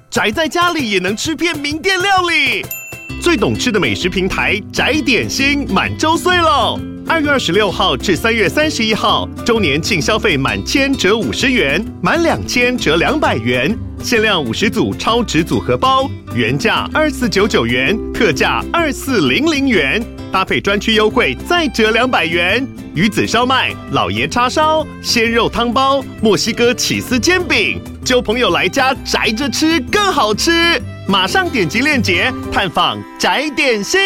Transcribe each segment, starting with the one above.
宅在家里也能吃遍名店料理。最懂吃的美食平台宅点心满周岁喽！2月26号至3月31号，周年庆消费满1000折50元，满2000折200元，限量50组超值组合包，原价2499元，特价2400元，搭配专区优惠再折200元。鱼子烧麦、老爷叉烧、鲜肉汤包、墨西哥起司煎饼，揪朋友来家宅着吃更好吃。马上点击链接探访宅点心。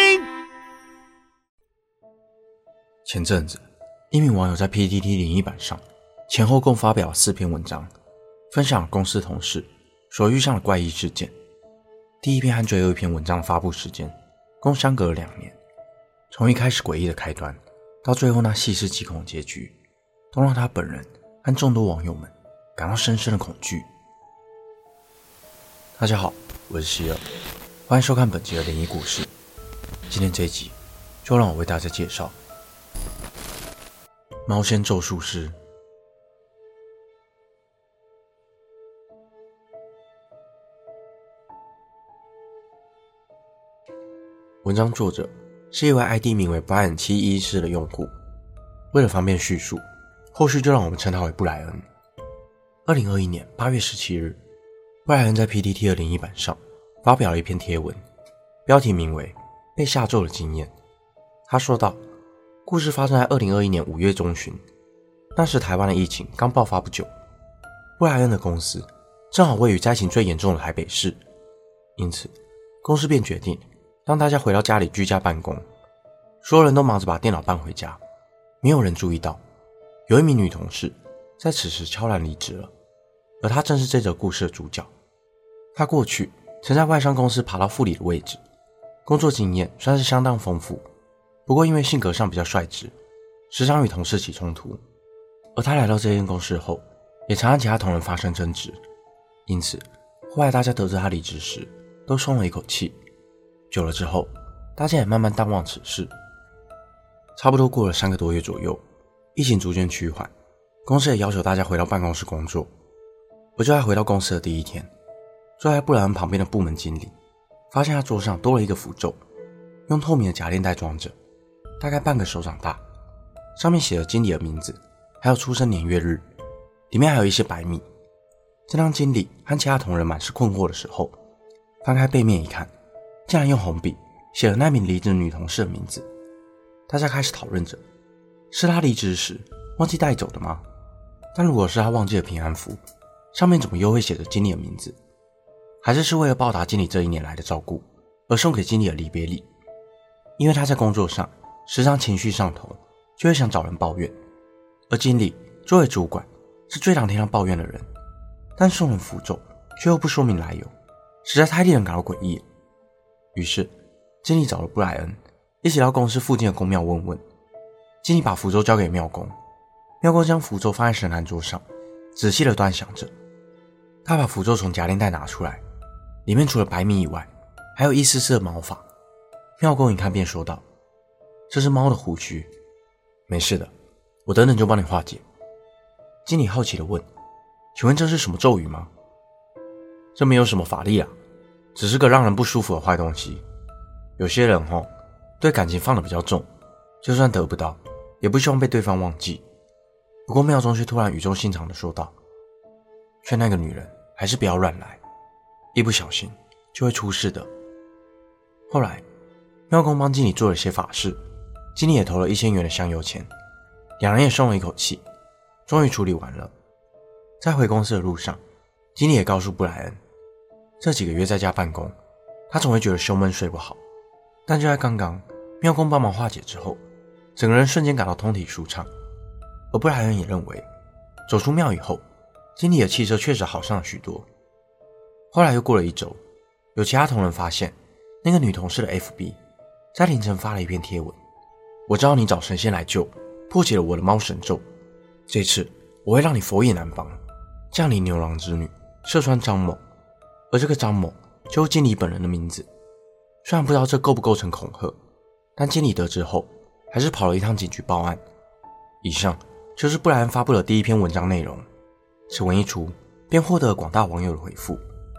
前阵子，一名网友在 PTT 灵异版上前后共发表了4篇文章，分享了公司同事所遇上的怪异事件。第一篇和最后一篇文章的发布时间共相隔了2年，从一开始诡异的开端到最后那细思极恐的结局，都让他本人和众多网友们感到深深的恐惧。大家好，我是希尔，欢迎收看本集的灵异故事。今天这一集就让我为大家介绍猫仙咒术师。文章作者是一位 ID 名为 Brian714 的用户，为了方便叙述，后续就让我们称他为布莱恩。2021年8月17日，布莱恩在 PTT 的灵异版上发表了一篇贴文，标题名为被下咒的经验。他说道，故事发生在2021年5月中旬，那时台湾的疫情刚爆发不久，布莱恩的公司正好位于灾情最严重的台北市，因此公司便决定让大家回到家里居家办公。所有人都忙着把电脑搬回家，没有人注意到有一名女同事在此时悄然离职了，而她正是这则故事的主角。她过去曾在外商公司爬到副理的位置，工作经验算是相当丰富，不过因为性格上比较率直，时常与同事起冲突，而她来到这间公司后也常和其他同仁发生争执，因此后来大家得知她离职时都松了一口气。久了之后，大家也慢慢淡忘此事。差不多过了3个多月左右，疫情逐渐趋缓，公司也要求大家回到办公室工作。我就在回到公司的第一天，坐在布莱恩旁边的部门经理发现他桌上多了一个符咒，用透明的夹链袋装着，大概半个手掌大，上面写了经理的名字还有出生年月日，里面还有一些白米。正当经理和其他同仁满是困惑的时候，翻开背面一看，竟然用红笔写了那名离职的女同事的名字。大家开始讨论着，是她离职时忘记带走的吗？但如果是她忘记了平安符，上面怎么又会写着经理的名字？还是为了报答经理这1年来的照顾而送给经理的离别礼？因为她在工作上时常情绪上头，就会想找人抱怨，而经理作为主管是最常听到抱怨的人，但送人符咒却又不说明来由，实在太令人感到诡异了。于是经理找了布莱恩一起到公司附近的公庙问问。经理把符咒交给庙公，庙公将符咒放在神坛桌上，仔细地端详着。他把符咒从夹链袋拿出来，里面除了白米以外还有一丝丝的毛发。庙公一看便说道，这是猫的胡须。没事的，我等等就帮你化解。经理好奇地问，请问这是什么咒语吗？这没有什么法力啊，只是个让人不舒服的坏东西。有些人对感情放得比较重，就算得不到也不希望被对方忘记。不过庙中却突然语重心长地说道，劝那个女人还是不要乱来，一不小心就会出事的。后来庙公帮经理做了些法事，经理也投了1000元的香油钱，两人也松了一口气，终于处理完了。在回公司的路上，经理也告诉布莱恩，这几个月在家办公，他总会觉得胸闷睡不好，但就在刚刚庙公帮忙化解之后，整个人瞬间感到通体舒畅。而布莱恩也认为，走出庙以后，经理的气色确实好上了许多。后来又过了1周，有其他同仁发现那个女同事的 FB 在凌晨发了一篇贴文，我知道你找神仙来救，破解了我的猫神咒，这次我会让你佛也难帮，降临牛郎织女，射穿张某。而这个张某就是经理本人的名字。虽然不知道这构不构成恐吓，但经理得知后还是跑了一趟警局报案。以上就是布莱恩发布的第一篇文章内容，此文一出便获得了广大网友的回复。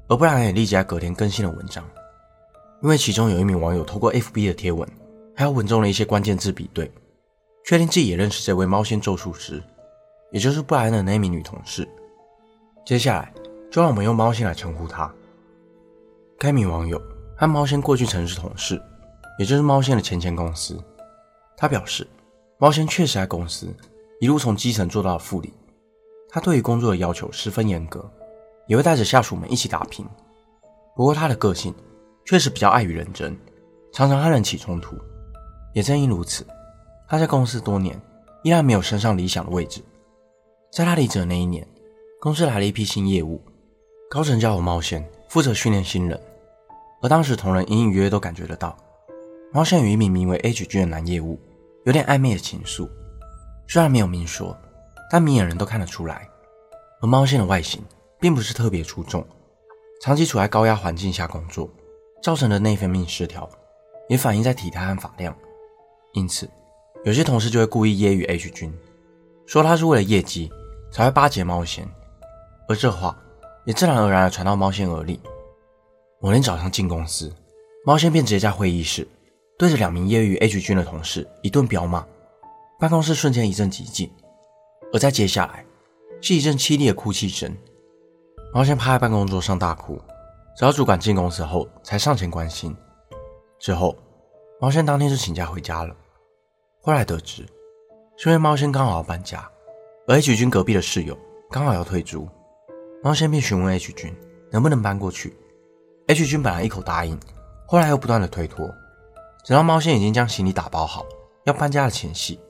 而布莱恩也立即在隔天更新了文章，因为其中有一名网友透过 FB 的贴文还有文中的一些关键字比对，确定自己也认识这位猫仙咒术师，也就是布莱恩的那一名女同事。接下来就让我们用猫仙来称呼她。该名网友和猫仙过去曾是同事，也就是猫仙的前公司。他表示猫仙确实在公司一路从基层做到了副理，他对于工作的要求十分严格，也会带着下属们一起打拼。不过他的个性确实比较爱与人争，常常和人起冲突。也正因如此，他在公司多年依然没有升上理想的位置。在他离职的那一年，公司来了一批新业务，高层交由猫仙负责训练新人，而当时同仁隐隐约约都感觉得到，猫仙与一名名为 H 君的男业务有点暧昧的情愫，虽然没有明说，但明眼人都看得出来。而猫仙的外形并不是特别出众，长期处在高压环境下工作，造成的内分泌失调也反映在体态和发量，因此有些同事就会故意揶揄 H 君，说他是为了业绩才会巴结猫仙，而这话也自然而然地传到猫仙耳里。某天早上进公司，猫仙便直接在会议室对着2名揶揄 H 君的同事一顿彪骂，办公室瞬间一阵寂静。而在接下来是一阵凄厉的哭泣声，猫仙趴在办公桌上大哭，直到主管进公司后才上前关心。之后猫仙当天就请假回家了。后来得知是因为猫仙刚好要搬家，而 H 君隔壁的室友刚好要退租，猫仙便询问 H 君能不能搬过去。 H 君本来一口答应，后来又不断的推脱，直到猫仙已经将行李打包好要搬家的前夕，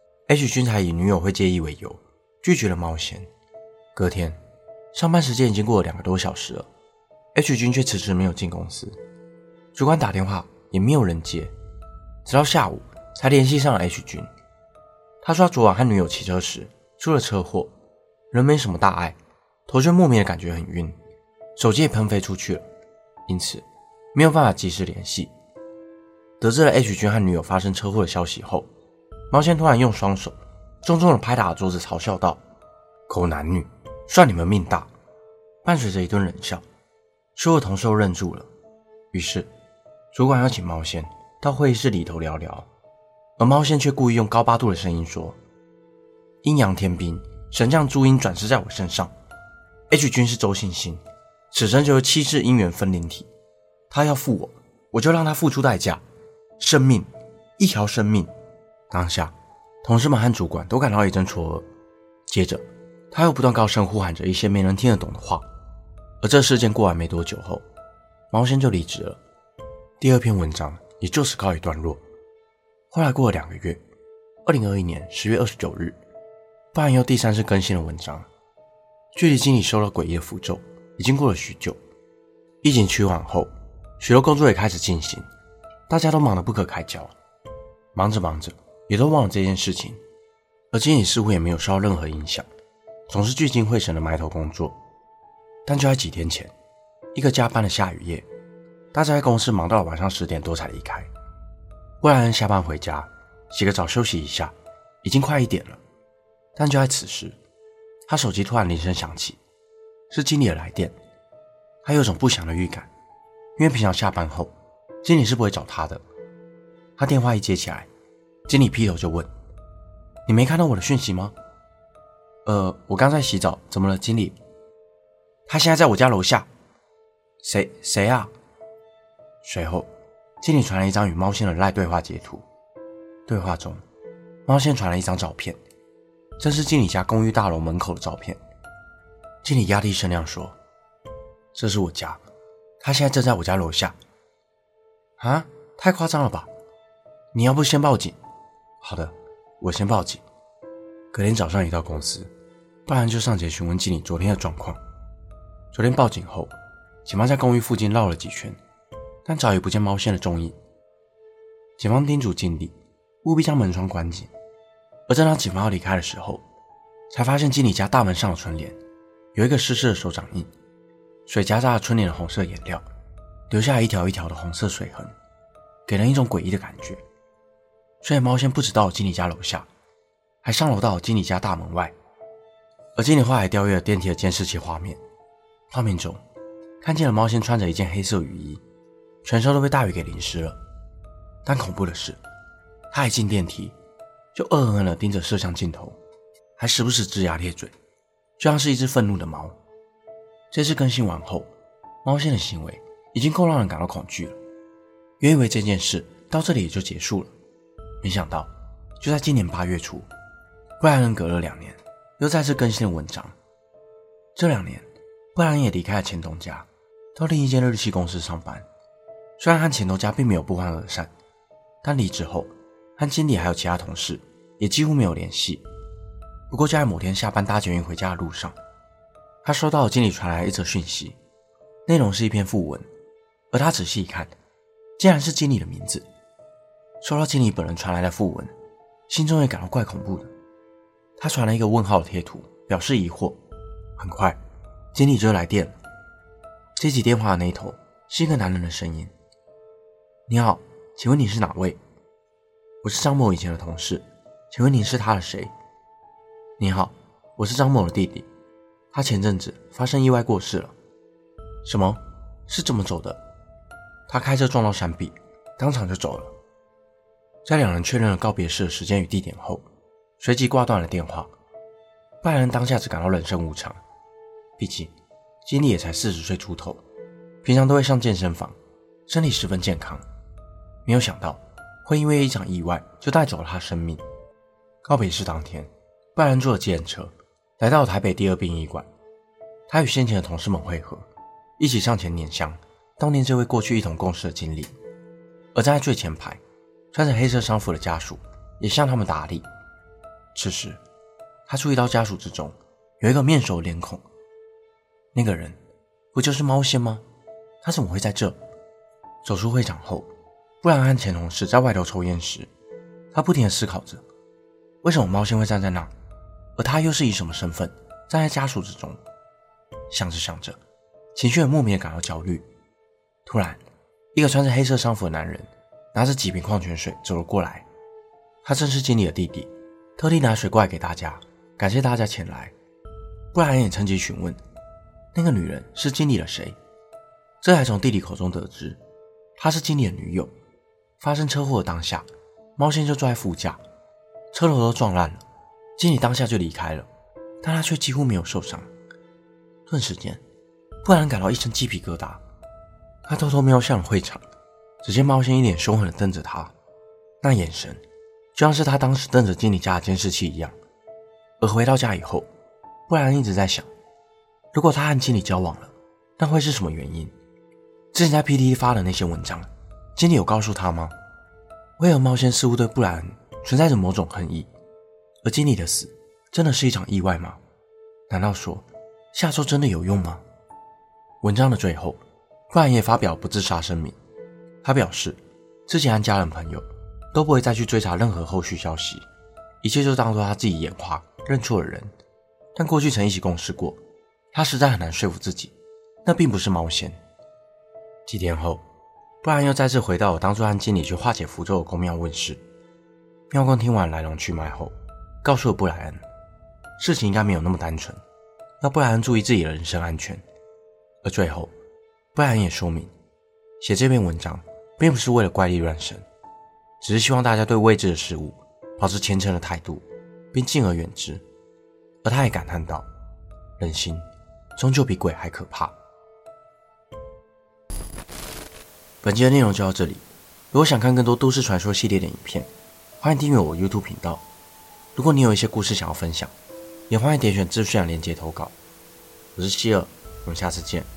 H 君才以女友会介意为由拒绝了猫仙。隔天上班时间已经过了2个多小时了， H 君却迟迟没有进公司，主管打电话也没有人接，直到下午才联系上了 H 君。他说他昨晚和女友骑车时出了车祸，人没什么大碍，头却莫名的感觉很晕，手机也喷飞出去了，因此没有办法及时联系。得知了 H 君和女友发生车祸的消息后，猫仙突然用双手重重的拍打了桌子，嘲笑道：狗男女，算你们命大。伴随着一顿冷笑，所有同事都愣住了。于是主管要请猫仙到会议室里头聊聊，而猫仙却故意用高八度的声音说：阴阳天兵，神将朱茵转世在我身上， H 君是周星星，此生就是7世姻缘分灵体，他要负我，我就让他付出代价，生命，一条生命。当下同事们和主管都感到一阵错愕，接着他又不断高声呼喊着一些没人听得懂的话。而这事件过完没多久后，猫仙就离职了。第2篇文章也就此告一段落。后来过了2个月，2021年10月29日，布莱恩又第3次更新了文章。距离经理收了诡异的符咒已经过了许久，疫情趋缓后，许多工作也开始进行，大家都忙得不可开交。忙着忙着也都忘了这件事情，而经理似乎也没有受到任何影响，总是聚精会神的埋头工作。但就在几天前，一个加班的下雨夜，大家在公司忙到了晚上10点多才离开。布莱恩下班回家洗个澡休息一下，已经快1点了。但就在此时，他手机突然铃声响起，是经理的来电。他有种不祥的预感，因为平常下班后经理是不会找他的。他电话一接起来，经理劈头就问：你没看到我的讯息吗？我刚在洗澡，怎么了经理？他现在在我家楼下。谁啊？随后经理传来一张与猫仙的赖对话截图，对话中猫仙传了一张照片，正是经理家公寓大楼门口的照片。经理压低声量说：这是我家，他现在正在我家楼下。啊，太夸张了吧，你要不先报警？好的，我先报警。隔天早上一到公司，布莱恩就上前询问经理昨天的状况。昨天报警后，警方在公寓附近绕了几圈，但早已不见猫仙的踪影。警方叮嘱经理务必将门窗关紧，而正当警方要离开的时候，才发现经理家大门上的春联有一个湿湿的手掌印，水夹杂了春联的红色颜料，留下一条一条的红色水痕，给人一种诡异的感觉。所以猫仙不止到了经理家楼下，还上楼到了经理家大门外。而经理后来调阅了电梯的监视器画面，画面中看见了猫仙穿着一件黑色雨衣，全身都被大雨给淋湿了。但恐怖的是，他一进电梯就恶狠狠地盯着摄像镜头，还时不时龇牙咧嘴，就像是一只愤怒的猫。这次更新完后，猫仙的行为已经够让人感到恐惧了。原以为这件事到这里也就结束了，没想到就在今年8月初，布莱恩隔了2年又再次更新了文章。这2年，布莱恩也离开了前东家，到另一间日系公司上班。虽然和前东家并没有不欢而散，但离职后和经理还有其他同事也几乎没有联系。不过就在某天下班搭捷运回家的路上，他收到了经理传来一则讯息，内容是一篇讣文，而他仔细一看，竟然是经理的名字。收到经理本人传来的讣文，心中也感到怪恐怖的。他传了一个问号的贴图，表示疑惑。很快，经理就来电了。接起电话的那一头是一个男人的声音：“你好，请问你是哪位？我是张某以前的同事，请问您是他的谁？你好，我是张某的弟弟，他前阵子发生意外过世了。什么？是怎么走的？他开车撞到山壁，当场就走了。”在两人确认了告别式的时间与地点后，随即挂断了电话。布莱恩当下只感到人生无常，毕竟经理也才40岁出头，平常都会上健身房，身体十分健康，没有想到会因为一场意外就带走了他生命。告别式当天，布莱恩坐了计程车来到台北第2殡仪馆，他与先前的同事们会合，一起上前拈香悼念这位过去一同共事的经理。而站在最前排穿着黑色丧服的家属也向他们打理。此时他注意到家属之中有一个面熟的脸孔，那个人不就是猫仙吗？他怎么会在这？走出会场后，布莱恩和前同事在外头抽烟时，他不停地思考着，为什么猫仙会站在那，而他又是以什么身份站在家属之中？想着想着，情绪也莫名地感到焦虑。突然，一个穿着黑色丧服的男人拿着几瓶矿泉水走了过来，他正是经理的弟弟，特地拿水过来给大家，感谢大家前来。布莱恩也趁机询问，那个女人是经理的谁？这才从弟弟口中得知，她是经理的女友。发生车祸的当下，猫仙就坐在副驾，车头都撞烂了，经理当下就离开了，但他却几乎没有受伤。顿时间，布莱恩感到一身鸡皮疙瘩，他偷偷瞄向了会场，只见猫仙一脸凶狠地瞪着他，那眼神就像是他当时瞪着经理家的监视器一样。而回到家以后，布莱恩一直在想，如果他和经理交往了，那会是什么原因？之前在 PTT 发的那些文章，经理有告诉他吗？为何猫仙似乎对布莱恩存在着某种恨意？而经理的死真的是一场意外吗？难道说下咒真的有用吗？文章的最后，布莱恩也发表不自杀声明。他表示自己和家人朋友都不会再去追查任何后续消息，一切就当作他自己眼花认错了人。但过去曾一起共事过，他实在很难说服自己那并不是猫仙。几天后，布莱恩又再次回到我当初和经理去化解符咒的宫庙问事。庙公听完来龙去脉后，告诉了布莱恩，事情应该没有那么单纯，要布莱恩注意自己的人身安全。而最后，布莱恩也说明，写这篇文章并不是为了怪力乱神，只是希望大家对未知的事物保持虔诚的态度，并敬而远之。而他也感叹道，人心终究比鬼还可怕。本期的内容就到这里，如果想看更多都市传说系列的影片，欢迎订阅我 YouTube 频道。如果你有一些故事想要分享，也欢迎点选资讯栏连结投稿。我是希尔，我们下次见。